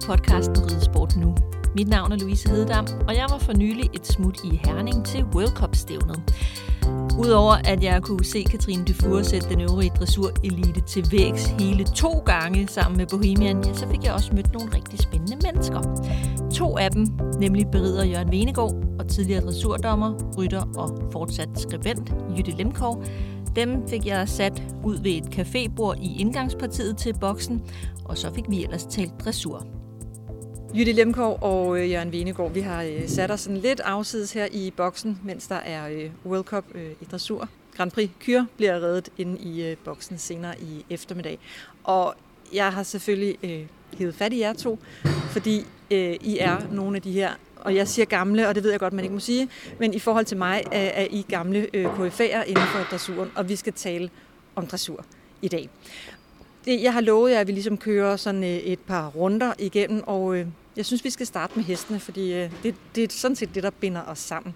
podcasten Ridesport Nu. Mit navn er Louise Hededam, og jeg var for nylig et smut i Herning til World Cup-stævnet. Udover at jeg kunne se Katrine Dufour sætte den øvrige dressurelite til vægs hele 2 gange sammen med Bohemian, ja, så fik jeg også mødt nogle rigtig spændende mennesker. 2 af dem, nemlig berider Jørgen Venegård og tidligere dressurdommer, rytter og fortsat skribent Jytte Lemkov. Dem fik jeg sat ud ved et cafébord i indgangspartiet til boksen, og så fik vi ellers talt dressur. Jytte Lemkov og Jørgen Venegård, vi har sat os sådan lidt afsides her i boksen, mens der er World Cup i dressur. Grand Prix Kyr bliver reddet inde i boksen senere i eftermiddag. Og jeg har selvfølgelig hævet fat i jer 2, fordi I er nogle af de her, og jeg siger gamle, og det ved jeg godt, man ikke må sige, men i forhold til mig er I gamle KFA'er inden for dressuren, og vi skal tale om dressur i dag. Jeg har lovet jer, at vi ligesom kører sådan et par runder igennem, og jeg synes, vi skal starte med hestene, fordi det er sådan set det, der binder os sammen.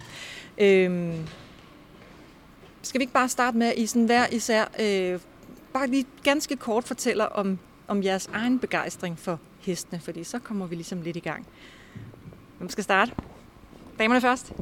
Skal vi ikke bare starte med, at I sådan hver især bare lige ganske kort fortæller om jeres egen begejstring for hestene, fordi så kommer vi ligesom lidt i gang. Hvem skal starte? Damerne først.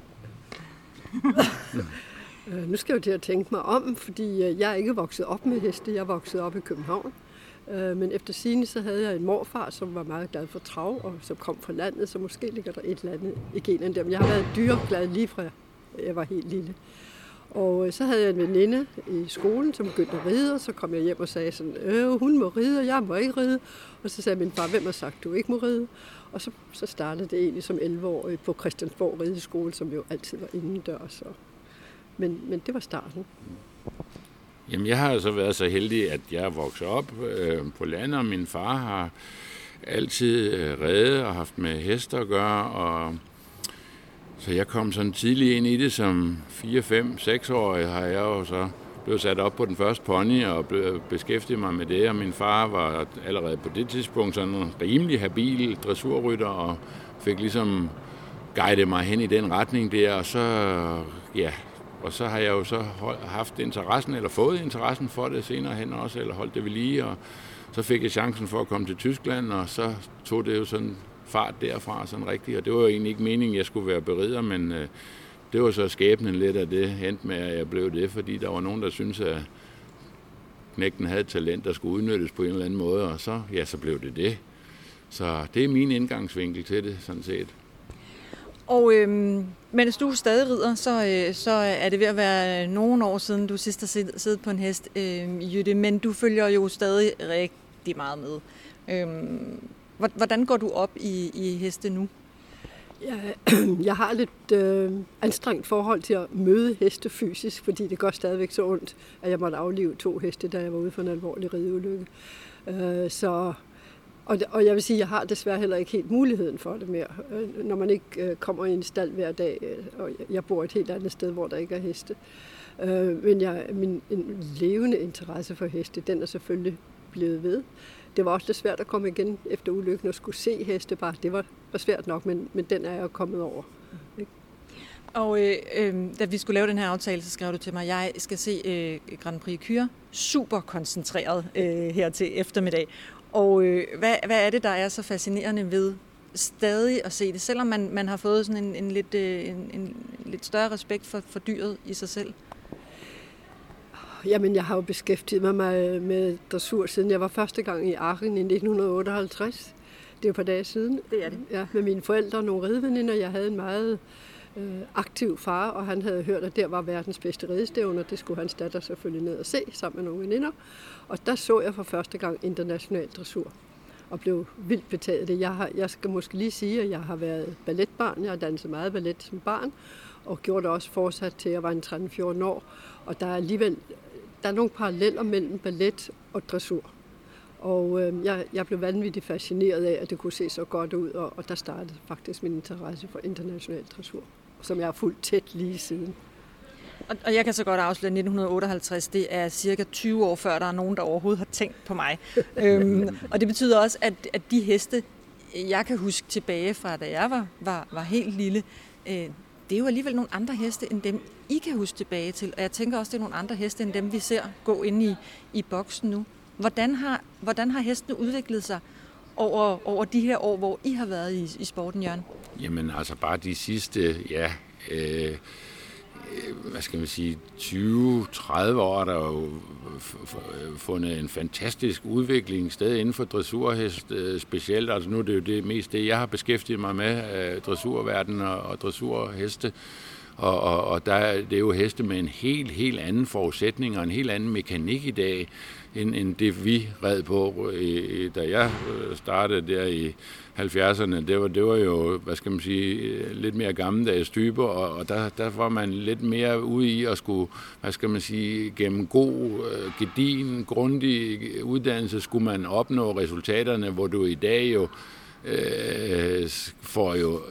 Nu skal jeg jo til at tænke mig om, fordi jeg er ikke vokset op med heste. Jeg er vokset op i København. Men efter sigende, så havde jeg en morfar, som var meget glad for trav, og som kom fra landet, så måske ligger der et eller andet i generne der. Men jeg har været dyreglad lige fra jeg var helt lille. Og så havde jeg en veninde i skolen, som begyndte at ride, og så kom jeg hjem og sagde sådan, hun må ride, og jeg må ikke ride. Og så sagde min far, hvem har sagt, du ikke må ride? Og så startede det egentlig som 11-årig på Christiansborg Rideskole, som jo altid var indendørs. Men det var starten. Jamen, jeg har så været så heldig, at jeg er vokset op på landet, og min far har altid reddet og haft med heste at gøre. Og så jeg kom sådan tidligt ind i det som 4, 5, 6-årig, har jeg jo så blevet sat op på den første pony og beskæftiget mig med det. Og min far var allerede på det tidspunkt sådan en rimelig habil dressurrytter og fik ligesom guidet mig hen i den retning der. Og så har jeg jo så haft interessen, eller fået interessen for det senere hen også, eller holdt det ved lige, og så fik jeg chancen for at komme til Tyskland, og så tog det jo sådan fart derfra, sådan rigtigt, og det var jo egentlig ikke meningen, at jeg skulle være berider, men det var så skæbnen lidt af det, endte med, at jeg blev det, fordi der var nogen, der syntes, at knægten havde et talent, der skulle udnyttes på en eller anden måde, og så blev det det. Så det er min indgangsvinkel til det, sådan set. Og mens du stadig rider, så er det ved at være nogle år siden, du sidst har siddet på en hest, Jytte, men du følger jo stadig rigtig meget med. Hvordan går du op i heste nu? Jeg har lidt anstrengt forhold til at møde heste fysisk, fordi det går stadigvæk så ondt, at jeg måtte aflive 2 heste, da jeg var ude for en alvorlig rideulykke. Og jeg vil sige, at jeg har desværre heller ikke helt muligheden for det mere, når man ikke kommer i en stald hver dag, og jeg bor et helt andet sted, hvor der ikke er heste. Men min levende interesse for heste, den er selvfølgelig blevet ved. Det var også lidt svært at komme igen efter ulykken og skulle se heste bare. Det var svært nok, men den er jeg kommet over. Ikke? Og da vi skulle lave den her aftale, så skrev du til mig, at jeg skal se Grand Prix Kyr super koncentreret her til eftermiddag. Og hvad er det, der er så fascinerende ved stadig at se det, selvom man har fået sådan en lidt større respekt for dyret i sig selv? Jamen, jeg har jo beskæftiget mig med dressur, siden jeg var første gang i Aachen i 1958. Det er jo et par dage siden. Det er det. Ja, med mine forældre og nogle rideveninder. Jeg havde en meget aktiv far, og han havde hørt, at der var verdens bedste ridestævner. Det skulle hans datter selvfølgelig ned og se sammen med nogle veninder. Og der så jeg for første gang international dressur og blev vildt betaget det. Jeg skal måske lige sige, at jeg har været balletbarn. Jeg har danset meget ballet som barn og gjorde det også fortsat til jeg var en 13-14 år. Og der er nogle paralleller mellem ballet og dressur. Og jeg blev vanvittigt fascineret af, at det kunne se så godt ud, og der startede faktisk min interesse for international dressur, som jeg har fulgt tæt lige siden. Og jeg kan så godt afsløre, at 1958, det er cirka 20 år før, der er nogen, der overhovedet har tænkt på mig. Og det betyder også, at de heste, jeg kan huske tilbage fra, da jeg var helt lille, det er jo alligevel nogle andre heste, end dem, I kan huske tilbage til. Og jeg tænker også, det er nogle andre heste, end dem, vi ser gå ind i boksen nu. Hvordan har hestene udviklet sig over de her år, hvor I har været i sporten, Jørgen? Jamen altså bare de sidste, hvad skal man sige, 20-30 år, der er jo fundet en fantastisk udvikling sted inden for dressurhest specielt. Altså nu er det jo det mest det, jeg har beskæftiget mig med, dressurverden og dressurheste. Og det er jo heste med en helt anden forudsætning og en helt anden mekanik i dag, end det vi red på, da jeg startede der i 70'erne. Det var jo, hvad skal man sige, lidt mere gammeldags typer, og der var man lidt mere ude i at skulle, hvad skal man sige, gennem god, gedigen, grundig uddannelse skulle man opnå resultaterne, hvor du i dag jo får jo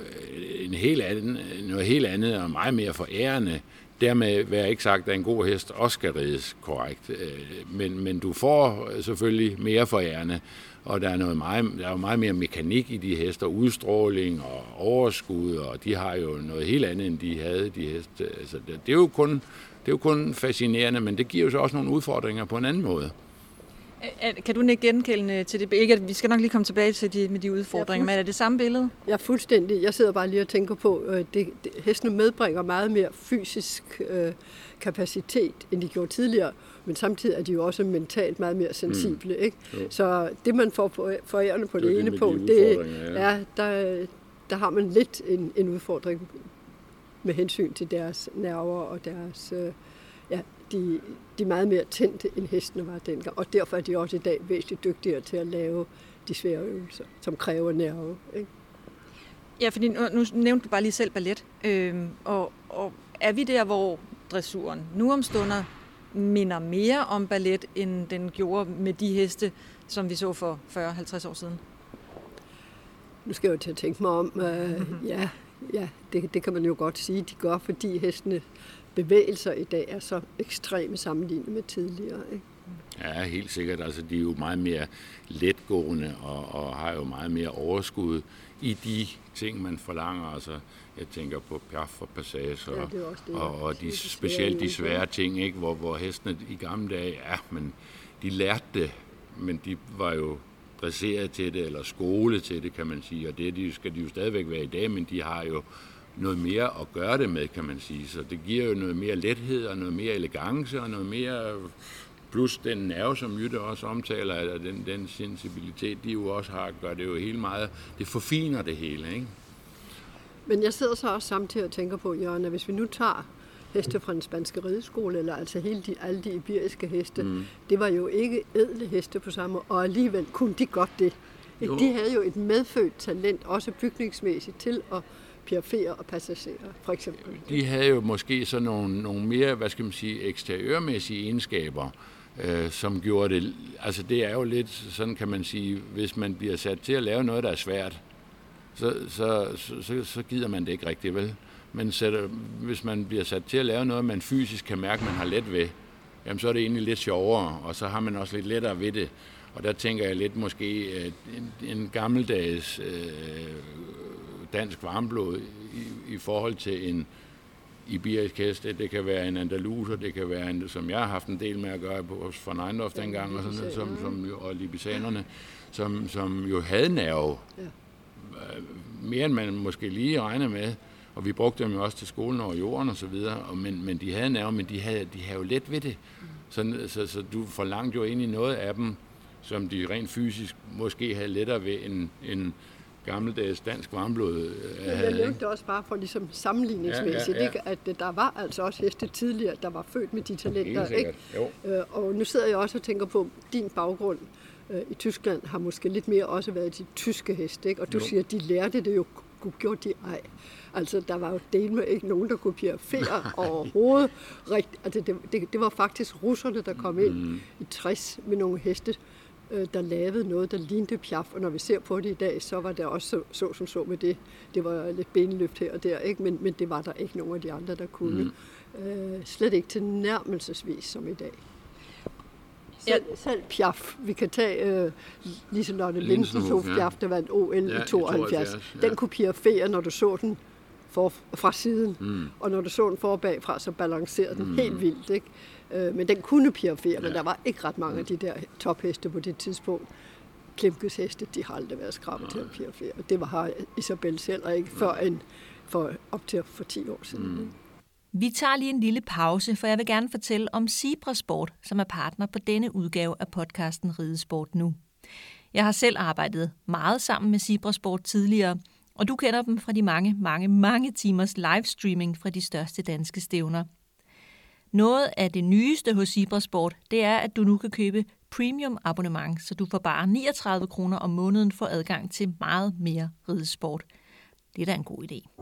noget helt andet og meget mere forærende. Dermed vil jeg ikke sagt, at en god hest også skal rides korrekt. Men du får selvfølgelig mere forærende, og der er jo meget mere mekanik i de hester, udstråling og overskud, og de har jo noget helt andet, end de havde, de heste. Altså, det er jo kun fascinerende, men det giver jo så også nogle udfordringer på en anden måde. Kan du ikke genkende til det? Ikke, vi skal nok lige komme tilbage til med de udfordringer, men er det det samme billede? Ja, fuldstændig. Jeg sidder bare lige og tænker på, at hestene medbringer meget mere fysisk kapacitet, end de gjorde tidligere, men samtidig er de jo også mentalt meget mere sensible. Ikke? Så det, man får forærende på det ene punkt, der har man lidt en udfordring med hensyn til deres nerver og deres... De er meget mere tændte, end hestene var dengang, og derfor er de også i dag væsentligt dygtigere til at lave de svære øvelser, som kræver nerve. Ikke? Ja, fordi nu nævnte du bare lige selv ballet, og er vi der, hvor dressuren nu om stunder minder mere om ballet, end den gjorde med de heste, som vi så for 40-50 år siden? Nu skal jeg jo til at tænke mig om, det kan man jo godt sige, de gør, fordi hestene bevægelser i dag er så ekstreme sammenlignet med tidligere. Ikke? Ja, helt sikkert. Altså, de er jo meget mere letgående og har jo meget mere overskud i de ting, man forlanger. Altså, jeg tænker på piaf og passage og specielt de svære ting, ikke? Hvor hestene i gamle dage, men de lærte det, men de var jo dresseret til det, eller skole til det, kan man sige. Og det skal de jo stadigvæk være i dag, men de har jo noget mere at gøre det med, kan man sige. Så det giver jo noget mere lethed og noget mere elegance og noget mere, plus den nerve, som Jytte også omtaler, eller den sensibilitet, de jo også har, gør det jo helt meget, det forfiner det hele, ikke? Men jeg sidder så også samtidig og tænker på, Jørgen, at hvis vi nu tager heste fra den spanske rideskole, eller altså alle de iberiske heste, det var jo ikke ædle heste på samme måde, og alligevel kunne de godt det. De havde jo et medfødt talent, også bygningsmæssigt, til at piafere og passagere, for eksempel. De havde jo måske så nogle mere, hvad skal man sige, eksteriørmæssige egenskaber, som gjorde det. Altså det er jo lidt, sådan kan man sige, hvis man bliver sat til at lave noget, der er svært, så gider man det ikke rigtigt, vel? Men hvis man bliver sat til at lave noget, man fysisk kan mærke, man har let ved, jamen så er det egentlig lidt sjovere, og så har man også lidt lettere ved det. Og der tænker jeg lidt måske en gammeldags dansk varmblod i forhold til en iberisk hest. Det kan være en andaluser, det kan være en, som jeg har haft en del med at gøre på von Eindorf dengang, og sådan, og libisanerne, som jo havde nerve. Ja. Mere end man måske lige regner med. Og vi brugte dem jo også til skolen over jorden og så videre. Men de havde nerve, men de havde jo let ved det. Så du forlangte jo ind i noget af dem, som de rent fysisk måske havde lettere ved en gammeldags dansk varmblod. Jeg nævnte også bare for ligesom sammenligningsmæssigt, ikke? At der var altså også heste tidligere, der var født med de talenter. Ikke? Og nu sidder jeg også og tænker på, din baggrund i Tyskland har måske lidt mere også været de tyske heste, ikke? Og du siger, at de lærte det jo, gjorde de ej. Altså, der var jo del med ikke nogen, der kunne piafere overhovedet. Altså, det var faktisk russerne, der kom ind i 60 med nogle heste, der lavede noget, der lignede piaf. Og når vi ser på det i dag, så var det også så med det. Det var lidt benløft her og der, ikke? Men det var der ikke nogen af de andre, der kunne. Slet ikke til nærmelsesvis som i dag. Selv piaf. Vi kan tage Liselotte Lindenhof piaf, der vandt OL i 72. Den kunne piafere, når du så den fra siden. Og når du så den bagfra, så balancerede den helt vildt. Ikke? Men den kunne piafere, men der var ikke ret mange af de der topheste på det tidspunkt. Klemkes heste, de har aldrig været skrabt til at pirafere. Og det har Isabel selv, og ikke for op til for 10 år siden. Vi tager lige en lille pause, for jeg vil gerne fortælle om Zebrasport, som er partner på denne udgave af podcasten Ridesport Nu. Jeg har selv arbejdet meget sammen med Zebrasport tidligere, og du kender dem fra de mange timers livestreaming fra de største danske stævner. Noget af det nyeste hos Zebrasport, det er, at du nu kan købe premium abonnement, så du for bare 39 kroner om måneden får adgang til meget mere ridesport. Det er da en god idé.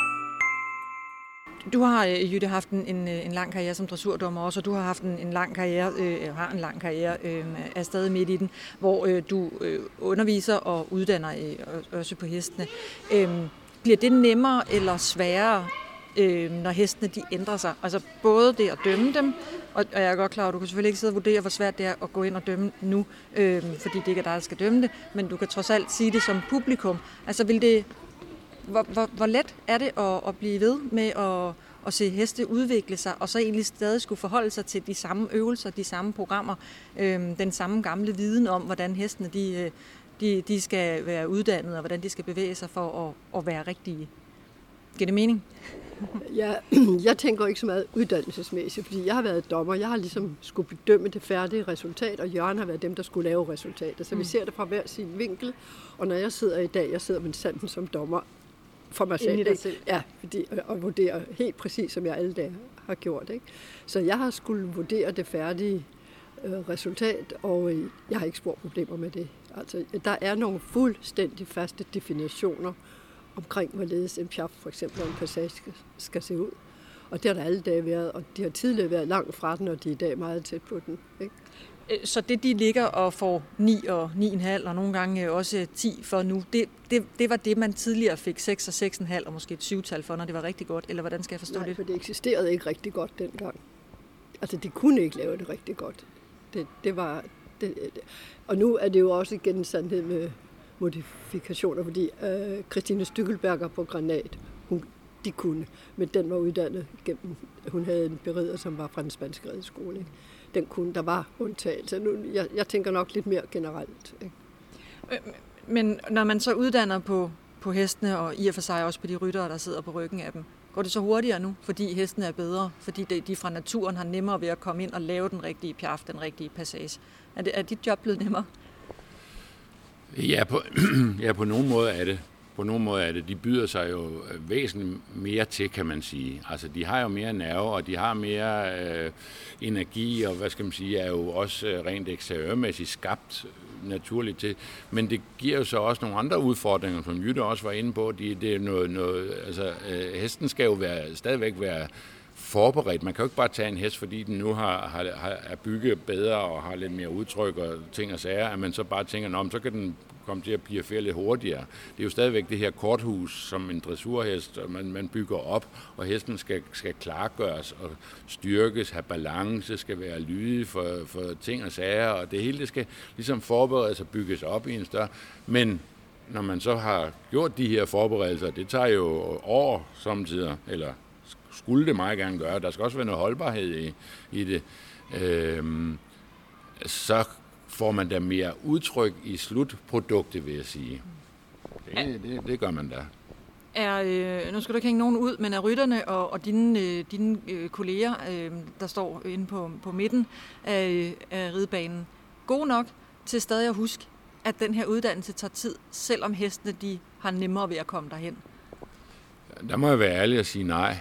Du har, Jytte, haft en lang karriere som dressurdommer også, og du har haft en lang karriere, er stadig midt i den, hvor du underviser og uddanner også på hestene. Bliver det nemmere eller sværere, når hestene de ændrer sig? Altså både det at dømme dem, og jeg er godt klar, at du kan selvfølgelig ikke sidde og vurdere, hvor svært det er at gå ind og dømme nu, fordi det ikke er dig, der skal dømme det, men du kan trods alt sige det som publikum. Altså vil det... Hvor let er det at blive ved med at se heste udvikle sig, og så egentlig stadig skulle forholde sig til de samme øvelser, de samme programmer, den samme gamle viden om, hvordan hestene de skal være uddannet, og hvordan de skal bevæge sig for at være rigtige? Giver det mening? Ja, jeg tænker ikke så meget uddannelsesmæssigt, fordi jeg har været dommer. Jeg har ligesom skulle bedømme det færdige resultat, og Jørgen har været dem, der skulle lave resultatet. Så vi ser det fra hver sin vinkel, og når jeg sidder i dag, jeg sidder med sanden som dommer for mig selv. Ja, og vurdere helt præcis, som jeg alle dage har gjort. Ikke? Så jeg har skulle vurdere det færdige resultat, og jeg har ikke spor problemer med det. Altså, der er nogle fuldstændig faste definitioner omkring, hvorledes en piaf, for eksempel en passage, skal se ud. Og det har der alle dage været, og de har tidligere været langt fra den, og de er i dag meget tæt på den. Ikke? Så det, de ligger og får 9 og 9,5, og nogle gange også 10 for nu, det var det, man tidligere fik 6 og 6,5, og måske et 7-tal for, når det var rigtig godt, eller hvordan skal jeg forstå det? Nej, for det eksisterede ikke rigtig godt dengang. Altså, de kunne ikke lave det rigtig godt. Det var... Og nu er det jo også igen en sandhed med modifikationer, fordi Christine Stykkelberger på Granat, de kunne, men den var uddannet gennem, hun havde en berider, som var fra den spanske rideskole. Ikke? Den kunne, der var undtagelser. Nu, jeg tænker nok lidt mere generelt. Ikke? Men når man så uddanner på hestene, og i og for sig også på de ryttere, der sidder på ryggen af dem, går det så hurtigere nu, fordi hestene er bedre, fordi de fra naturen har nemmere ved at komme ind og lave den rigtige piaf, den rigtige passage? Er dit job blevet nemmere? Ja, på nogle måder er det. På nogle måder er det. De byder sig jo væsentligt mere til, kan man sige. Altså, de har jo mere nerve, og de har mere energi, og hvad skal man sige, er jo også rent eksteriørmæssigt skabt naturligt til. Men det giver jo så også nogle andre udfordringer, som Jytte også var inde på. Det er noget altså, hesten skal jo stadigvæk være forberedt. Man kan jo ikke bare tage en hest, fordi den nu er bygget bedre og har lidt mere udtryk og ting og sager, at man så bare tænker, så kan den komme til at pirafere lidt hurtigere. Det er jo stadigvæk det her korthus, som en dressurhest, man bygger op, og hesten skal klargøres og styrkes, have balance, skal være lydig for ting og sager, og det hele det skal ligesom forberedes og bygges op i en større. Men når man så har gjort de her forberedelser, det tager jo år samtidig, eller skulle det meget gerne gøre. Der skal også være noget holdbarhed i det. Så får man da mere udtryk i slutproduktet, vil jeg sige. Det gør man da. Nu skal du ikke hænge nogen ud, men er rytterne og dine kolleger, der står inde på midten af ridebanen, gode nok til stadig at huske, at den her uddannelse tager tid, selvom hestene de har nemmere ved at komme derhen? Der må jeg være ærlig og sige nej.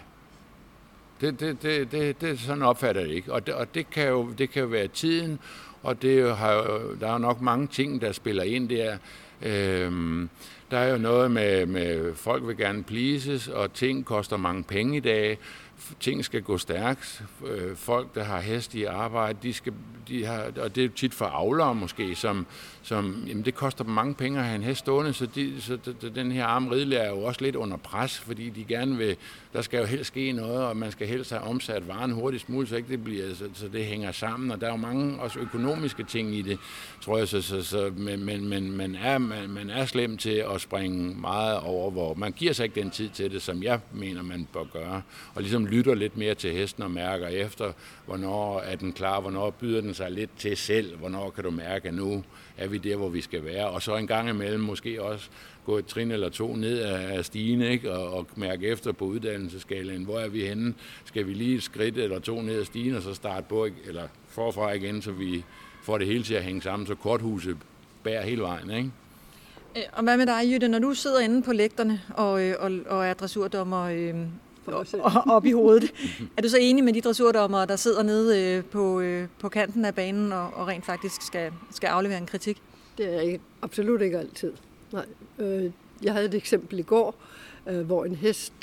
Det sådan opfatter jeg det ikke. Og det kan jo være tiden, og der er jo nok mange ting, der spiller ind der. Der er jo noget med folk vil gerne pleases, og ting koster mange penge i dag. Ting skal gå stærkt. Folk, der har hest i arbejde, og det er jo tit for avlere måske, som jamen det koster mange penge at have en hest stående, så den her arme ridelærer er jo også lidt under pres, fordi de gerne vil, der skal jo helst ske noget, og man skal helst have omsat varen hurtigst muligt, så ikke det bliver, så det hænger sammen, og der er jo mange også økonomiske ting i det, tror jeg, men man er slem til at springe meget over, hvor man giver sig ikke den tid til det, som jeg mener, man bør gøre, og ligesom lytter lidt mere til hesten og mærker efter, hvornår er den klar, hvornår byder den sig sig lidt til selv. Hvornår kan du mærke, at nu er vi der, hvor vi skal være? Og så en gang imellem måske også gå et trin eller to ned af stigen, ikke? Og mærke efter på uddannelsesskalaen, hvor er vi henne? Skal vi lige et skridt eller to ned ad stigen, og så starte på, eller forfra igen, så vi får det hele til at hænge sammen, så korthuset bærer hele vejen, ikke? Og hvad med dig, Jytte, når du sidder inde på lægterne og er dressurdommer op i hovedet, er du så enig med de dressurdommere, der sidder nede på kanten af banen og rent faktisk skal aflevere en kritik? Det er ikke, absolut ikke altid. Nej. Jeg havde et eksempel i går, hvor en hest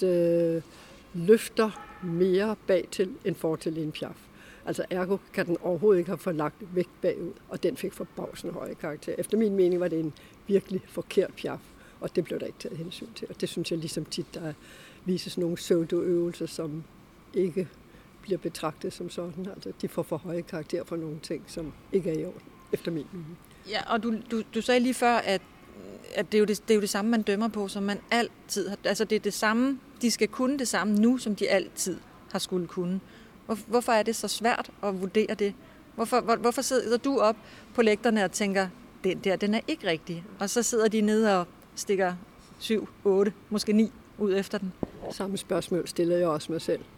løfter mere bagtil end fortil i en piaf. Altså ergo kan den overhovedet ikke have fået lagt vægt bagud, og den fik forbavsende høje karakter. Efter min mening var det en virkelig forkert piaf, og det blev der ikke taget hensyn til. Og det synes jeg ligesom tit, der vises nogle pseudoøvelser, som ikke bliver betragtet som sådan. Altså de får for høje karakter for nogle ting, som ikke er i orden, efter min mening. Ja, og du sagde lige før, at det er jo det samme, man dømmer på, som man altid har. Altså det er det samme, de skal kunne det samme nu, som de altid har skulle kunne. Hvorfor er det så svært at vurdere det? Hvorfor sidder du op på lægterne og tænker, den er ikke rigtig, og så sidder de nede og stikker 7, 8, måske 9 ud efter den? Samme spørgsmål stiller jeg også mig selv.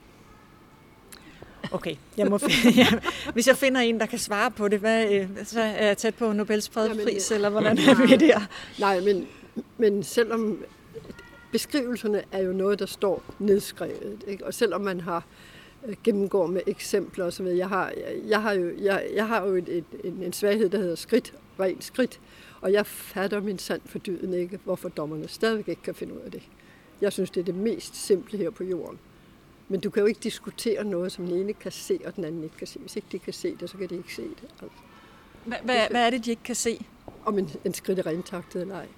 Okay, hvis jeg finder en, der kan svare på det, så er jeg tæt på Nobels fredspris, eller hvordan er vi der? Nej, men selvom beskrivelserne er jo noget, der står nedskrevet, ikke? Og selvom man har gennemgår med eksempler og så videre. Jeg har jo en svaghed, der hedder rent skridt, og jeg fatter min sand for dyden ikke, hvorfor dommerne stadig ikke kan finde ud af det. Jeg synes, det er det mest simple her på jorden. Men du kan jo ikke diskutere noget, som den ene kan se, og den anden ikke kan se. Hvis ikke de kan se det, så kan de ikke se det. Altså. Hvad er det, de ikke kan se? Om en skridt er rentaktet eller ej.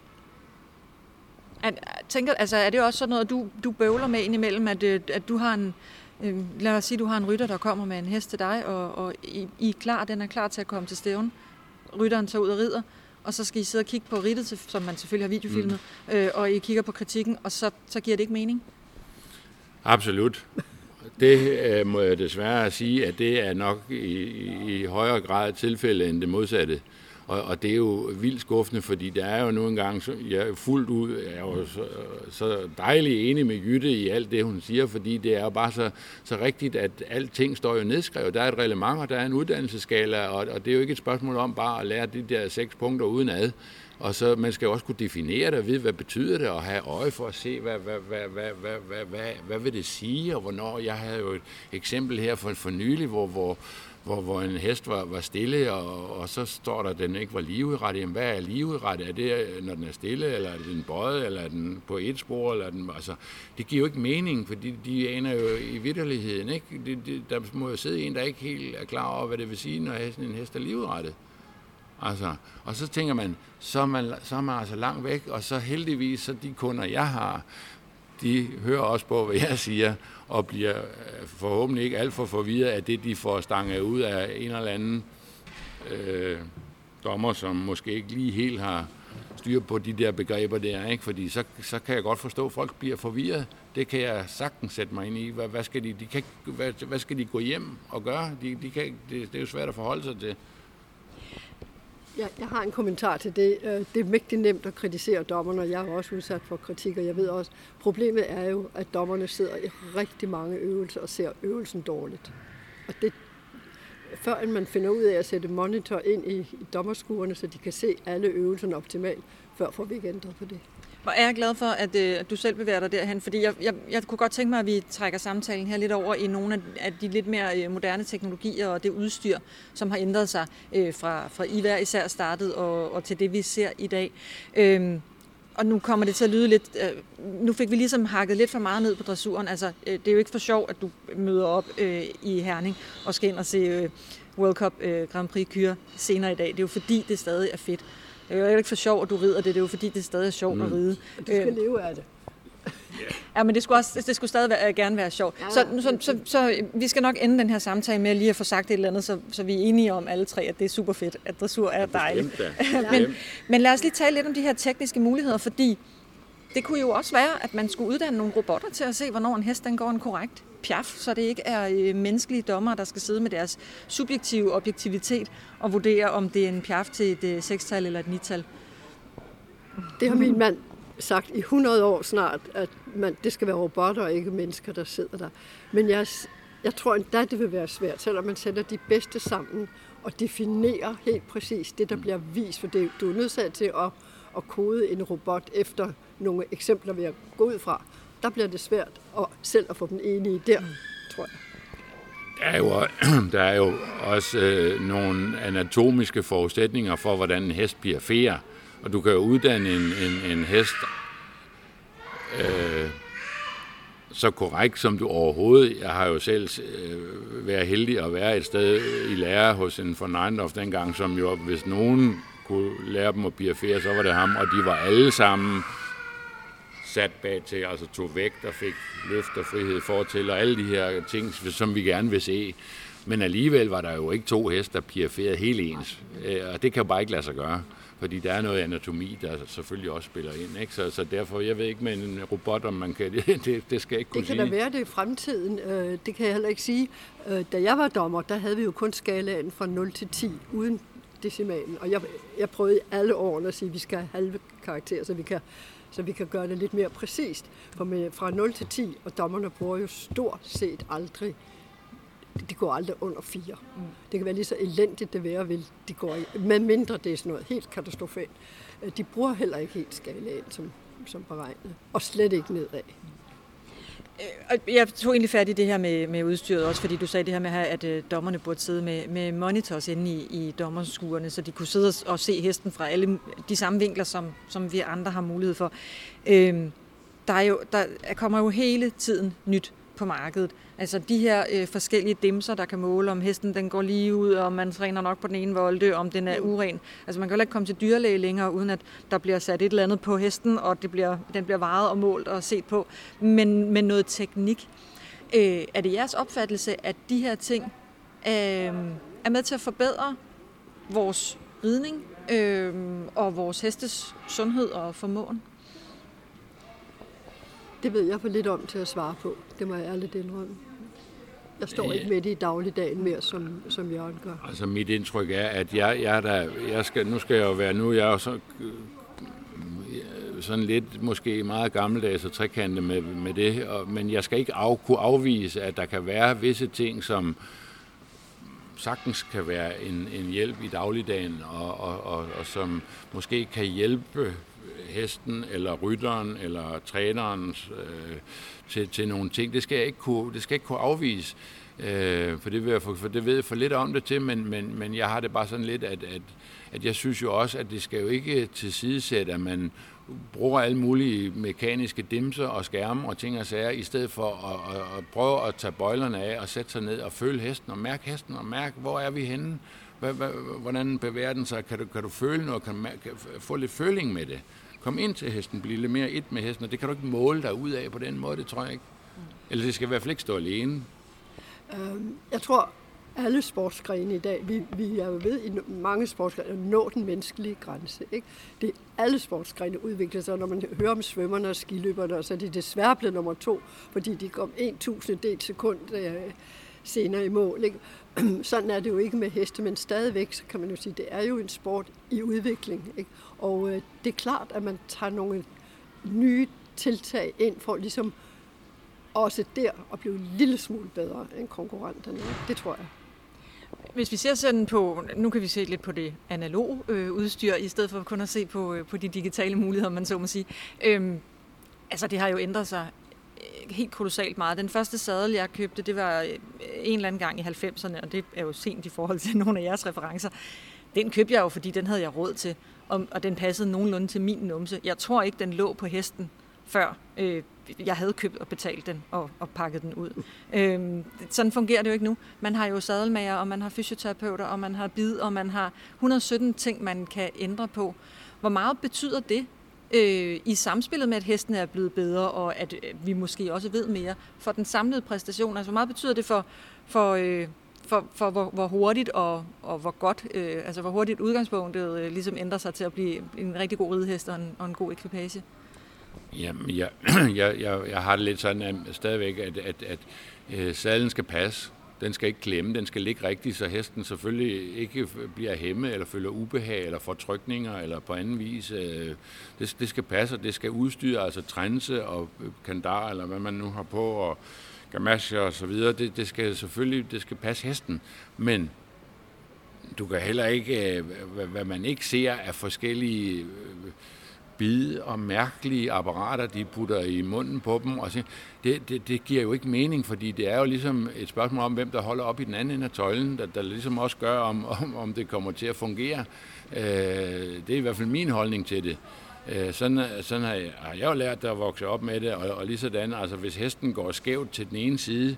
Er det også sådan noget, du bøvler med indimellem, at du har en... Lad os sige, du har en rytter, der kommer med en hest til dig, og den er klar til at komme til stævn. Rytteren tager ud og rider, og så skal I sidde og kigge på ridtet, som man selvfølgelig har videofilmet, og I kigger på kritikken, og så giver det ikke mening? Absolut. Det må jeg desværre sige, at det er nok i højere grad tilfælde end det modsatte. Og det er jo vildt skuffende, fordi der er jo nu engang, jeg er fuldt ud, jeg er jo så dejligt enig med Jytte i alt det, hun siger, fordi det er jo bare så rigtigt, at alting står jo nedskrevet. Der er et reglement, og der er en uddannelsesskala, og det er jo ikke et spørgsmål om bare at lære de der 6 punkter udenad. Og så man skal også kunne definere det og vide, hvad betyder det, og have øje for at se, hvad vil det sige, og hvornår. Jeg havde jo et eksempel her for nylig, hvor en hest var stille, og så står der, at den ikke var ligeudrettet. Jamen, hvad er ligeudrettet? Er det, når den er stille, eller er det en bøjet, eller er den på et spor? Eller altså, det giver jo ikke mening, fordi de aner jo i vitterligheden, ikke? Der må jo sidde en, der ikke helt er klar over, hvad det vil sige, når en hest er ligeudrettet. Altså, og så tænker man, så er man altså langt væk, og så heldigvis, så de kunder, jeg har, de hører også på, hvad jeg siger, og bliver forhåbentlig ikke alt for forvirret af det, de får stanget ud af en eller anden dommer, som måske ikke lige helt har styr på de der begreber der, ikke? Fordi så kan jeg godt forstå, at folk bliver forvirret. Det kan jeg sagtens sætte mig ind i. Hvad skal de gå hjem og gøre? Det er jo svært at forholde sig til. Jeg har en kommentar til det. Det er mægtigt nemt at kritisere dommerne, og jeg er også udsat for kritik, og jeg ved også, problemet er jo, at dommerne sidder i rigtig mange øvelser og ser øvelsen dårligt. Og det, før man finder ud af at sætte monitor ind i dommerskuerne, så de kan se alle øvelserne optimalt, før får vi ikke ændret på det. Hvor er jeg glad for, at du selv bevæger dig derhen, fordi jeg kunne godt tænke mig, at vi trækker samtalen her lidt over i nogle af de lidt mere moderne teknologier og det udstyr, som har ændret sig fra I hver især startet og til det, vi ser i dag. Og nu kommer det til at lyde lidt... Nu fik vi ligesom hakket lidt for meget ned på dressuren. Altså, det er jo ikke for sjov, at du møder op i Herning og skal ind og se World Cup Grand Prix Kyre senere i dag. Det er jo fordi, det stadig er fedt. Det er jo ikke for sjov, at du rider det. Det er jo fordi, det stadig er sjovt at ride. Du skal leve af det. Ja, men det skulle stadig gerne være sjovt. Så vi skal nok ende den her samtale med lige at få sagt et eller andet, så vi er enige om alle tre, at det er super fedt, at dressur er dejligt. Men lad os lige tale lidt om de her tekniske muligheder, fordi Det kunne jo også være, at man skulle uddanne nogle robotter til at se, hvornår en hest den går en korrekt pjaf, så det ikke er menneskelige dommere, der skal sidde med deres subjektive objektivitet og vurdere, om det er en pjaf til et 6-tal eller et 9-tal. Det har min mand sagt i 100 år snart, at det skal være robotter og ikke mennesker, der sidder der. Men jeg tror endda, det vil være svært, selvom man sætter de bedste sammen og definerer helt præcis det, der bliver vist. For det, du er nødt til at kode en robot efter nogle eksempler, vi har gået ud fra. Der bliver det svært selv at få dem enige der, tror jeg. Der er jo også nogle anatomiske forudsætninger for, hvordan en hest bliver fer. Og du kan jo uddanne en hest så korrekt som du overhovedet. Jeg har jo selv været heldig at være et sted i lære hos en von Neindorf dengang, som jo, hvis nogen kunne lære dem at piafere, så var det ham, og de var alle sammen sat bag til, altså tog vægt og fik løft og frihed fortil, og alle de her ting, som vi gerne vil se. Men alligevel var der jo ikke 2 heste, der piaferede helt ens, og det kan jo bare ikke lade sig gøre. Fordi der er noget anatomi, der selvfølgelig også spiller ind. Ikke? Så derfor, jeg ved ikke med en robot, om man kan det skal jeg ikke kunne sige. Det kan da være det i fremtiden. Det kan jeg heller ikke sige. Da jeg var dommer, der havde vi jo kun skalaen fra 0 til 10, uden decimalen. Og jeg prøvede i alle årene at sige, at vi skal have halve karakterer, så vi kan gøre det lidt mere præcist. For fra 0 til 10, og dommerne bruger jo stort set aldrig. De går aldrig under 4. Det kan være lige så elendigt det være vil. De går med mindre det er sådan noget helt katastrofalt. De bruger heller ikke helt skalaen som beregnet. Og slet ikke nedad. Jeg tog egentlig fat i det her med udstyret også, fordi du sagde det her med, at dommerne burde sidde med monitors inde i dommerskuerne, så de kunne sidde og se hesten fra alle de samme vinkler, som vi andre har mulighed for. Der kommer jo hele tiden nyt på markedet. Altså de her forskellige dimser, der kan måle, om hesten den går lige ud, og man træner nok på den ene volde, om den er uren. Altså man kan jo ikke komme til dyrlæge længere, uden at der bliver sat et eller andet på hesten, og den bliver vejet og målt og set på. Men med noget teknik. Er det jeres opfattelse, at de her ting er med til at forbedre vores ridning og vores hestes sundhed og formåen? Det ved jeg for lidt om til at svare på. Det må jeg ærligt indrømme. Jeg står ikke med det i dagligdagen mere, som Jørgen gør. Altså mit indtryk er, at nu skal jeg jo være, nu er jeg jo sådan lidt måske meget gammeldags og trekantet med det, men jeg skal ikke kunne afvise, at der kan være visse ting, som sagtens kan være en hjælp i dagligdagen, og som måske kan hjælpe hesten eller rytteren eller træneren til nogle ting. Det skal jeg ikke kunne afvise, for det ved jeg for lidt om det til, men jeg har det bare sådan lidt, at jeg synes jo også, at det skal jo ikke tilsidesætte, at man bruger alle mulige mekaniske dimser og skærme og ting og sager, i stedet for at prøve at tage bøjlerne af og sætte sig ned og føle hesten og mærke hesten og mærke, hvor er vi henne? Hvordan bevæger den sig? Kan du føle noget? Kan få lidt føling med det? Kom ind til hesten, blive lidt mere et med hesten, og det kan du ikke måle dig ud af på den måde, det tror jeg ikke. Eller det skal i hvert fald ikke stå alene. Jeg tror, alle sportsgrene i dag, vi er jo ved i mange sportsgrene at nå den menneskelige grænse. Ikke? Det er alle sportsgrene udvikler sig, når man hører om svømmerne og skiløberne, så er de desværre blevet nummer 2, fordi de kom 1/1000 sekund senere i mål. Ikke? Sådan er det jo ikke med heste, men stadigvæk, så kan man jo sige, det er jo en sport i udvikling. Ikke? Og det er klart, at man tager nogle nye tiltag ind for ligesom også der at blive en lille smule bedre end konkurrenterne. Det tror jeg. Hvis vi ser sådan på, nu kan vi se lidt på det analoge udstyr, i stedet for kun at se på de digitale muligheder, man så må sige. Altså det har jo ændret sig helt kolossalt meget. Den første sadel, jeg købte, det var en eller anden gang i 90'erne, og det er jo sent i forhold til nogle af jeres referencer. Den købte jeg jo, fordi den havde jeg råd til, og den passede nogenlunde til min numse. Jeg tror ikke, den lå på hesten, før jeg havde købt og betalt den og pakket den ud. Sådan fungerer det jo ikke nu. Man har jo sadelmager, og man har fysioterapeuter, og man har bid, og man har 117 ting, man kan ændre på. Hvor meget betyder det i samspillet med, at hesten er blevet bedre, og at vi måske også ved mere for den samlede præstation? Altså, hvor meget betyder det for hvor hurtigt og hvor godt, altså hvor hurtigt udgangspunktet ligesom ændrer sig til at blive en rigtig god ridehest og en god ekvipage? Jamen, jeg har det lidt sådan stadigvæk, at sadlen skal passe. Den skal ikke klemme, den skal ligge rigtigt, så hesten selvfølgelig ikke bliver hæmmet, eller føler ubehag, eller får trykninger, eller på anden vis. Det skal passe, og det skal udstyre, altså trænse og kandar, eller hvad man nu har på, og gamasjer og så videre. Det skal selvfølgelig passe hesten, men du kan heller ikke, hvad man ikke ser af forskellige bide og mærkelige apparater, de putter i munden på dem. Og det giver jo ikke mening, fordi det er jo ligesom et spørgsmål om, hvem der holder op i den anden ende af tøjlen, der ligesom også gør, om det kommer til at fungere. Det er i hvert fald min holdning til det. Sådan har jeg jo lært at vokse op med det, og lige sådan, altså hvis hesten går skævt til den ene side,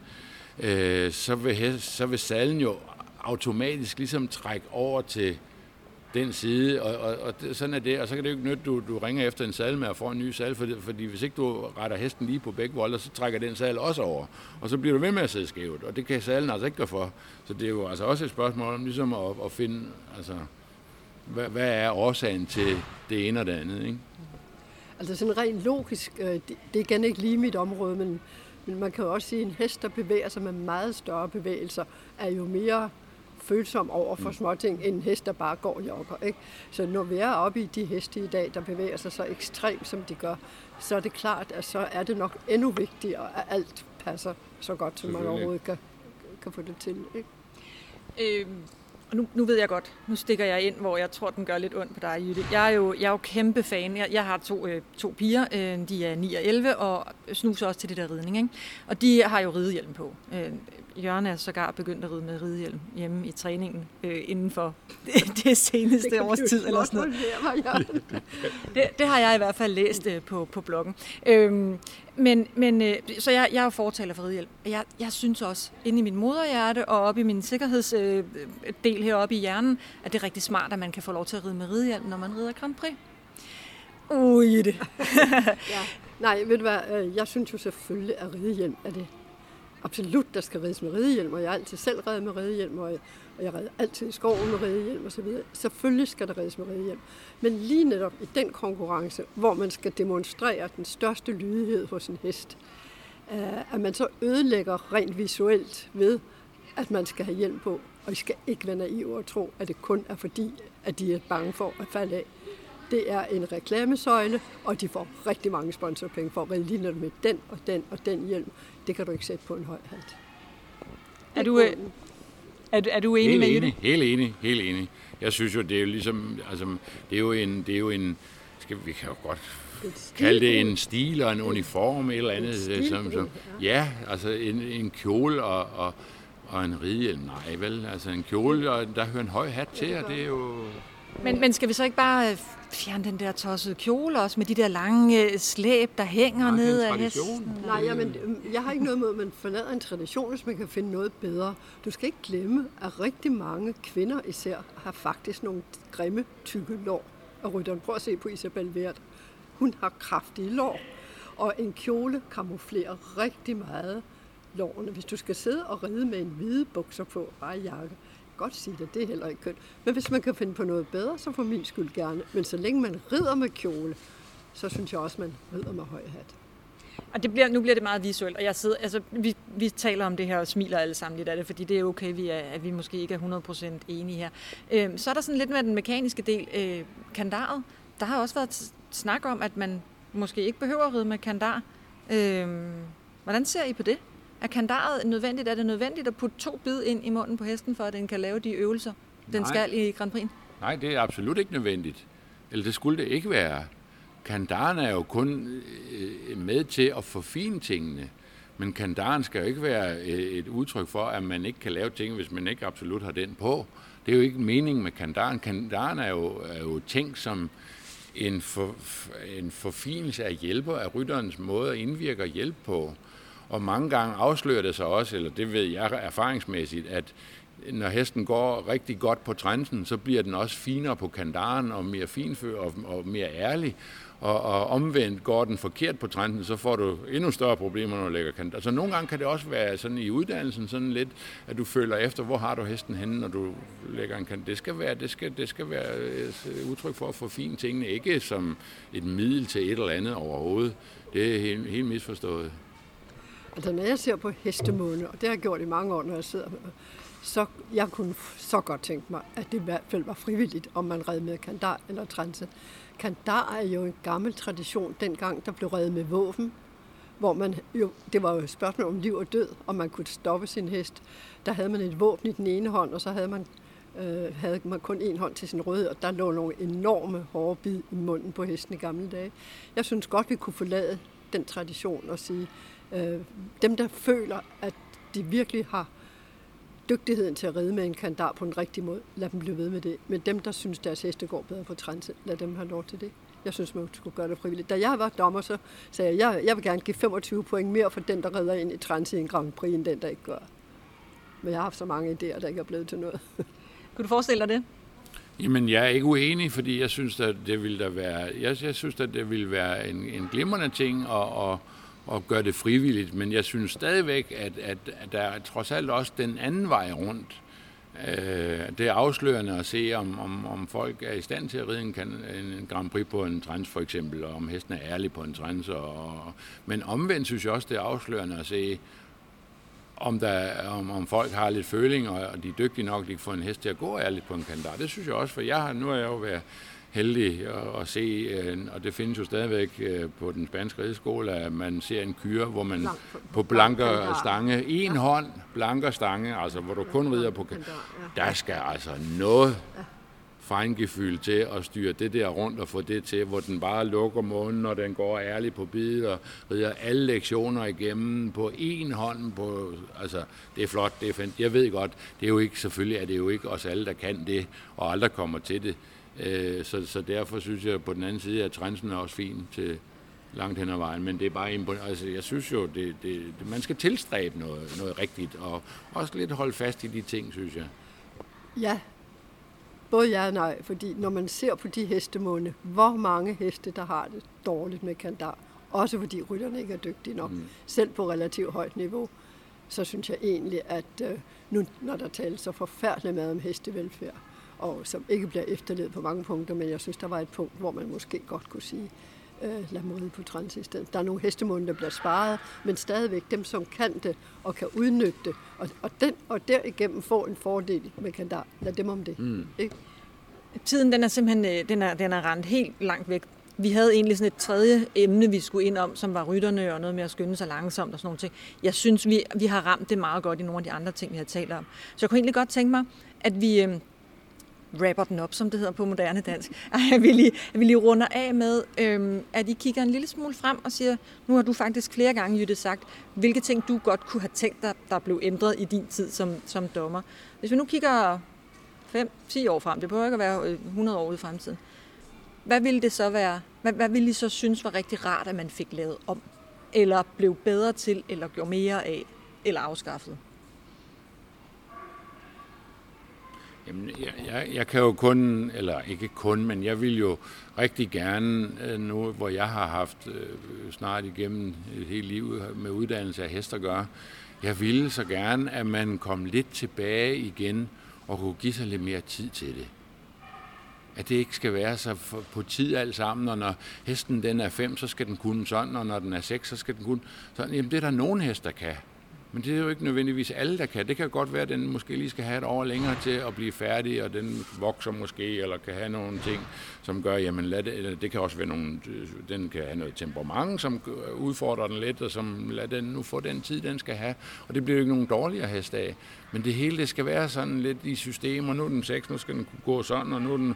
så vil sadlen jo automatisk ligesom trække over til den side, og sådan er det, og så kan det jo ikke nytte, du ringer efter en sadel med at få en ny sadel, fordi hvis ikke du retter hesten lige på begge volder, så trækker den sadel også over, og så bliver du ved med at sidde skævt, og det kan sadlen altså ikke gøre for. Så det er jo altså også et spørgsmål om ligesom at finde, altså, hvad er årsagen til det ene og det andet, ikke? Altså sådan rent logisk, det er igen ikke lige mit område, men man kan jo også sige, at en hest, der bevæger sig med meget større bevægelser, er jo mere følsom over for småting, end en hest, der bare går og jogger, ikke? Så når vi er oppe i de heste i dag, der bevæger sig så ekstremt, som de gør, så er det klart, at så er det nok endnu vigtigere, at alt passer så godt, som man overhovedet kan få det til, ikke? Og nu ved jeg godt, nu stikker jeg ind, hvor jeg tror, den gør lidt ondt på dig, Jytte. Jeg er jo kæmpe fan. Jeg har to piger, de er 9 og 11, og snuser også til det der ridning, ikke? Og de har jo ridehjelm på. Jørgen er sågar begyndt at ride med ridehjelm hjemme i træningen inden for det seneste års tid. Eller sådan noget. Det har jeg i hvert fald læst på bloggen. Så jeg er jo fortaler for ridehjelm. Jeg synes også, inde i min moderhjerte og oppe i min sikkerhedsdel heroppe i hjernen, at det er rigtig smart, at man kan få lov til at ride med ridehjelm, når man rider Grand Prix. Ja. Nej, ved du hvad, jeg synes jo selvfølgelig, at ridehjelm er det absolut, der skal rides med ridehjelm, og jeg har altid selv redet med ridehjelm, og jeg redder altid i skoven med ridehjelm og så videre. Selvfølgelig skal der rides med ridehjelm. Men lige netop i den konkurrence, hvor man skal demonstrere den største lydighed hos en hest, at man så ødelægger rent visuelt ved, at man skal have hjelm på, og I skal ikke være naive og tro, at det kun er fordi, at de er bange for at falde af. Det er en reklamesøjle, og de får rigtig mange sponsorpenge for at ride lige med den og den og den hjelm. Det kan du ikke sætte på en høj hat. Er du enig med Jytte? Helt enig. Jeg synes jo, det er jo ligesom, altså, det er jo en vi kan jo godt kalde det en stil og en uniform eller andet. Ja, altså en kjole og en ridehjelm. Nej, vel, altså en kjole, og der hører en høj hat til, og det er jo... Men skal vi så ikke bare fjerne den der tossede kjole også, med de der lange slæb, der hænger ned af hesten? Nej, men jeg har ikke noget mod, at man forlader en tradition, hvis man kan finde noget bedre. Du skal ikke glemme, at rigtig mange kvinder især har faktisk nogle grimme, tykke lår. Og rytteren, prøv at se på Isabel Wert. Hun har kraftige lår, og en kjole kamuflerer rigtig meget lårene. Hvis du skal sidde og ride med en hvide bukser på, bare jakke, godt sige det er heller ikke kønt. Men hvis man kan finde på noget bedre, så for min skyld gerne. Men så længe man rider med kjole, så synes jeg også, man rider med høj hat. Og nu bliver det meget visuelt, og jeg sidder, altså, vi taler om det her og smiler alle sammen lidt af det, fordi det er okay, at vi måske ikke er 100% enige her. Så er der sådan lidt med den mekaniske del. Kandaret, der har også været snak om, at man måske ikke behøver at ride med kandar. Hvordan ser I på det? Er kandaret nødvendigt? Er det nødvendigt at putte 2 bid ind i munden på hesten, for at den kan lave de øvelser, den skal i Grand Prix? Nej, det er absolut ikke nødvendigt. Eller det skulle det ikke være. Kandaren er jo kun med til at forfine tingene. Men kandaren skal jo ikke være et udtryk for, at man ikke kan lave ting, hvis man ikke absolut har den på. Det er jo ikke meningen med kandaren. Kandaren er jo tænkt som en forfinelse af hjælper, af rytterens måde at indvirke og hjælpe på. Og mange gange afslører det sig også, eller det ved jeg erfaringsmæssigt, at når hesten går rigtig godt på trænsen, så bliver den også finere på kandaren og mere finfør og mere ærlig. Og omvendt går den forkert på trænsen, så får du endnu større problemer, når du lægger kandar. Altså nogle gange kan det også være sådan i uddannelsen sådan lidt, at du føler efter, hvor har du hesten henne, når du lægger en kandar. Det skal være et udtryk for at få fine tingene, ikke som et middel til et eller andet overhovedet. Det er helt misforstået. Altså når jeg ser på hestemåne, og det har jeg gjort i mange år, når jeg sidder med, så jeg kunne så godt tænke mig, at det i hvert fald var frivilligt, om man red med kandar eller trænse. Kandar er jo en gammel tradition, dengang der blev redet med våben, hvor det var jo et spørgsmål om liv og død, og man kunne stoppe sin hest. Der havde man et våben i den ene hånd, og så havde man kun en hånd til sin røde, og der lå nogle enorme hårde bid i munden på hesten i gamle dage. Jeg synes godt, vi kunne forlade den tradition og sige, dem der føler, at de virkelig har dygtigheden til at ride med en kandar på en rigtig måde, lad dem blive ved med det. Men dem, der synes, deres heste går bedre på trænse, lad dem have lov til det. Jeg synes, man skulle gøre det frivilligt. Da jeg var dommer, så sagde jeg vil gerne give 25 point mere for den, der rider ind i trænse i en Grand Prix, end den, der ikke gør. Men jeg har haft så mange idéer, der ikke er blevet til noget. Kunne du forestille dig det? Jamen, jeg er ikke uenig, fordi jeg synes, at det ville være en glimrende ting og gøre det frivilligt, men jeg synes stadigvæk, at der er trods alt også den anden vej rundt. Det er afslørende at se, om folk er i stand til at ride en Grand Prix på en trænse for eksempel, og om hesten er ærlig på en trænse. Men omvendt synes jeg også, det er afslørende at se, om folk har lidt føling, og de er dygtige nok, de kan få en hest til at gå ærligt på en kandar. Det synes jeg også, for nu er jeg jo været heldig at se, og det findes jo stadigvæk på den spanske rideskole, at man ser en kyre, hvor man på blanker stange, en hånd blanker stange, altså hvor du kun rider på der skal altså noget feingefühl til at styre det der rundt og få det til, hvor den bare lukker munden, når den går ærligt på bid og rider alle lektioner igennem på en hånd. Altså, det er flot, det er fint. Jeg ved godt, det er jo ikke, selvfølgelig er det jo ikke os alle, der kan det, og aldrig kommer til det. Så derfor synes jeg på den anden side, at trænsen er også fin til langt hen ad vejen, men det er bare imponerende. Altså, jeg synes jo, man skal tilstræbe noget rigtigt, og også lidt holde fast i de ting, synes jeg. Ja, både ja og nej, fordi når man ser på de hestemåne, hvor mange heste, der har det dårligt med kandar, også fordi rytterne ikke er dygtige nok, selv på relativt højt niveau, så synes jeg egentlig, at nu, når der tales så forfærdeligt meget om hestevelfærd, og som ikke bliver efterlevet på mange punkter, men jeg synes, der var et punkt, hvor man måske godt kunne sige, lad mig ride på trænse i stedet. Der er nogle hestemåne, der bliver sparet, men stadigvæk dem, som kan det og kan udnytte det, og derigennem få en fordel med kandar, lad dem om det. Ikke? Tiden, den er simpelthen den er rendt helt langt væk. Vi havde egentlig sådan et tredje emne, vi skulle ind om, som var rytterne og noget med at skynde sig langsomt og sådan nogle ting. Jeg synes, vi har ramt det meget godt i nogle af de andre ting, vi har talt om. Så jeg kunne egentlig godt tænke mig, at vi wrapper den op, som det hedder på moderne dansk. Jeg vil lige runder af med, at I kigger en lille smule frem og siger, nu har du faktisk flere gange, Jytte, sagt, hvilke ting du godt kunne have tænkt dig, der blev ændret i din tid som dommer. Hvis vi nu kigger 5-10 år frem, det behøver ikke at være 100 år ude i fremtiden, hvad ville det så være? Hvad ville I så synes var rigtig rart, at man fik lavet om? Eller blev bedre til, eller gjorde mere af, eller afskaffet? Jamen, jeg kan jo kun, eller ikke kun, men jeg vil jo rigtig gerne, nu hvor jeg har haft snart igennem et helt liv med uddannelse af hest at gøre, jeg ville så gerne, at man kom lidt tilbage igen og kunne give sig lidt mere tid til det. At det ikke skal være så på tid alt sammen, og når hesten den er 5, så skal den kunne sådan, og når den er 6, så skal den kunne sådan. Jamen det er der nogen hest, der kan. Men det er jo ikke nødvendigvis alle, der kan. Det kan godt være, at den måske lige skal have et år længere til at blive færdig, og den vokser måske, eller kan have nogle ting, som gør, jamen det kan også være den kan have noget temperament, som udfordrer den lidt, og som lad den nu få den tid, den skal have. Og det bliver jo ikke nogen dårligere hest af. Men det hele, det skal være sådan lidt i systemer. Nu er den 6, nu skal den gå sådan, og nu er den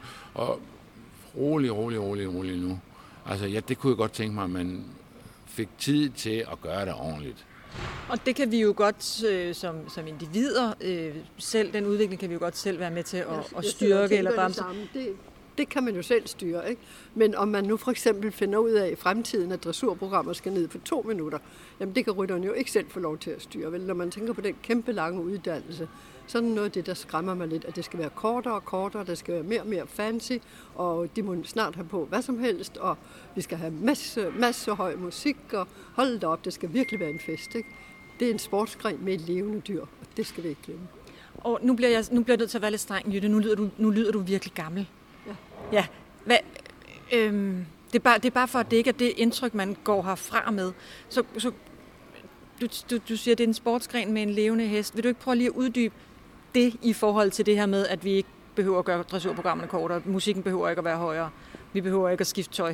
rolig nu. Altså ja, det kunne jeg godt tænke mig, at man fik tid til at gøre det ordentligt. Og det kan vi jo godt som individer selv, den udvikling kan vi jo godt selv være med til at styrke eller bremse. det kan man jo selv styre, ikke? Men om man nu for eksempel finder ud af i fremtiden, at dressurprogrammer skal ned på 2 minutter, jamen det kan rytteren jo ikke selv få lov til at styre. Vel? Når man tænker på den kæmpe lange uddannelse, så er noget af det, der skræmmer mig lidt, at det skal være kortere og kortere, der skal være mere og mere fancy, og de må snart have på hvad som helst, og vi skal have masse høj musik, og hold da op, det skal virkelig være en fest, ikke? Det er en sportsgren med et levende dyr, og det skal vi ikke glemme. Og nu bliver jeg nødt til at være lidt streng, Jytte. Nu lyder du virkelig gammel. Ja. Det er bare for, at det ikke er det indtryk, man går herfra med. Så du siger, at det er en sportsgren med en levende hest. Vil du ikke prøve lige at uddybe det i forhold til det her med, at vi ikke behøver at gøre dressurprogrammerne kortere, musikken behøver ikke at være højere, vi behøver ikke at skifte tøj?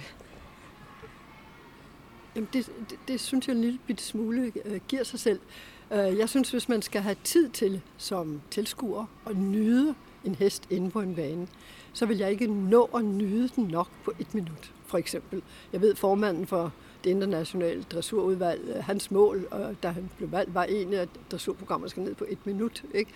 Jamen det synes jeg en lille bitte smule giver sig selv. Jeg synes, hvis man skal have tid til som tilskuer at nyde en hest inde på en bane, så vil jeg ikke nå at nyde den nok på 1 minut, for eksempel. Jeg ved, formanden for det internationale dressurudvalg, hans mål, da han blev valgt, var egentlig, at dressurprogrammer skal ned på 1 minut. Ikke?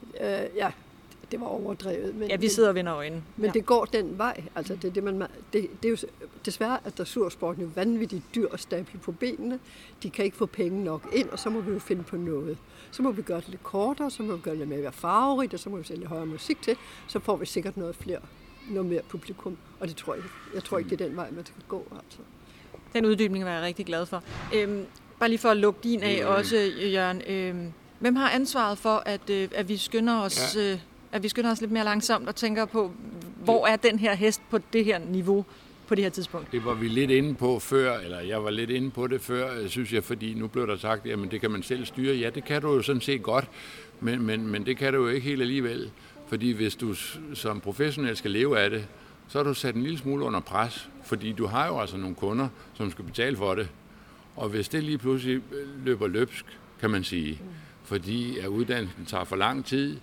Det var overdrevet. Men, vi sidder og vender øjnene. Men det går den vej. Altså, det er jo desværre, at dressursporten er vanvittigt dyr at stable på benene. De kan ikke få penge nok ind, og så må vi jo finde på noget. Så må vi gøre det lidt kortere, så må vi gøre det mere farverigt, og så må vi sætte højere musik til. Så får vi sikkert noget mere publikum. Og det tror jeg tror ikke, det er den vej, man skal gå. Altså. Den uddybning var jeg rigtig glad for. Bare lige for at lukke din af også, Jørgen. Hvem har ansvaret for, at vi skynder os... Ja. At vi skynder os lidt mere langsomt og tænker på, hvor er den her hest på det her niveau på det her tidspunkt? Det var vi lidt inde på før, eller jeg var lidt inde på det før, synes jeg, fordi nu blev der sagt, jamen det kan man selv styre. Ja, det kan du jo sådan set godt, men det kan du jo ikke helt alligevel. Fordi hvis du som professionel skal leve af det, så er du sat en lille smule under pres, fordi du har jo altså nogle kunder, som skal betale for det. Og hvis det lige pludselig løber løbsk, kan man sige, fordi at uddannelsen tager for lang tid,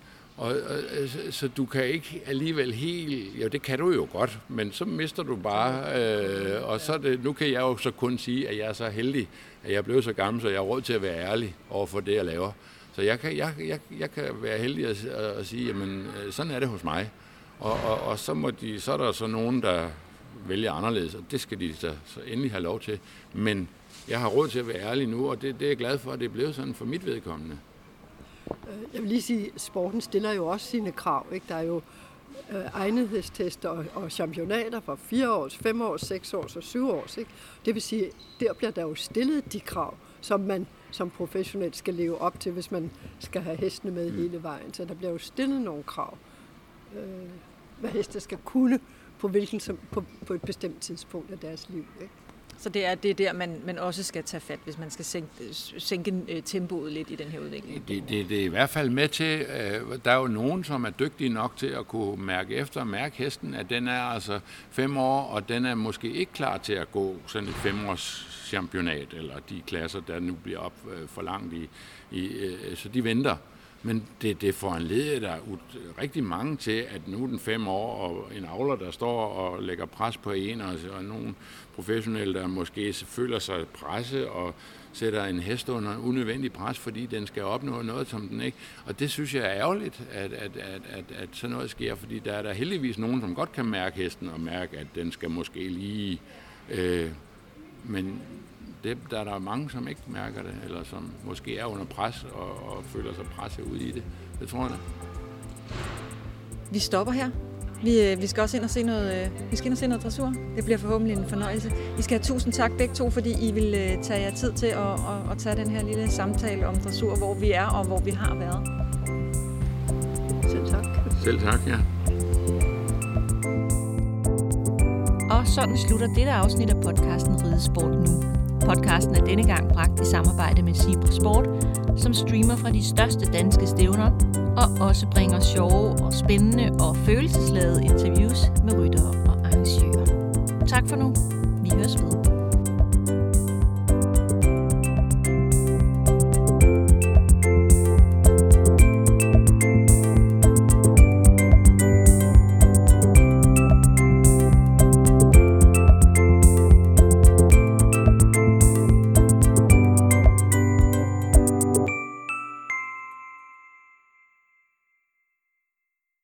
så du kan ikke alligevel helt... Ja, det kan du jo godt, men så mister du bare... og så nu kan jeg jo så kun sige, at jeg er så heldig, at jeg er blevet så gammel, så jeg har råd til at være ærlig over for det, jeg laver. Så jeg kan være heldig at sige, jamen, sådan er det hos mig. Og så er der så nogen, der vælger anderledes, og det skal de så endelig have lov til. Men jeg har råd til at være ærlig nu, og det er jeg glad for, at det er blevet sådan for mit vedkommende. Jeg vil lige sige, at sporten stiller jo også sine krav. Ikke? Der er jo egnethedstester og championater for 4 års, 5 års, 6 års og 7 års. Ikke? Det vil sige, der bliver der jo stillet de krav, som man som professionel skal leve op til, hvis man skal have hestene med hele vejen. Så der bliver jo stillet nogle krav, hvad heste skal kunne på et bestemt tidspunkt af deres liv. Ikke? Så det er der, man også skal tage fat, hvis man skal sænke tempoet lidt i den her udvikling? Det er i hvert fald med til, der er jo nogen, som er dygtige nok til at kunne mærke hesten, at den er altså 5 år, og den er måske ikke klar til at gå sådan et 5-års championat, eller de klasser, der nu bliver op for langt så de venter. Men det foranleder der rigtig mange til, at nu er den 5 år, og en avler, der står og lægger pres på en, og nogle professionelle, der måske føler sig presse og sætter en hest under unødvendig pres, fordi den skal opnå noget, som den ikke. Og det synes jeg er ærgerligt, at sådan noget sker, fordi der er der heldigvis nogen, som godt kan mærke hesten og mærke, at den skal måske lige... men der er der mange, som ikke mærker det, eller som måske er under pres og føler sig presset ud i det. Det tror jeg da. Vi stopper her. Vi skal også ind og se noget dressur. Det bliver forhåbentlig en fornøjelse. I skal have 1000 tak begge to, fordi I vil tage jer tid til at tage den her lille samtale om dressur, hvor vi er og hvor vi har været. Selv tak. Selv tak, ja. Og sådan slutter dette afsnit af podcasten Ridesport Nu. Podcasten er denne gang bragt i samarbejde med Zebra Sport, som streamer fra de største danske stævner, og også bringer sjove og spændende og følelsesladede interviews med ryttere og arrangører. Tak for nu.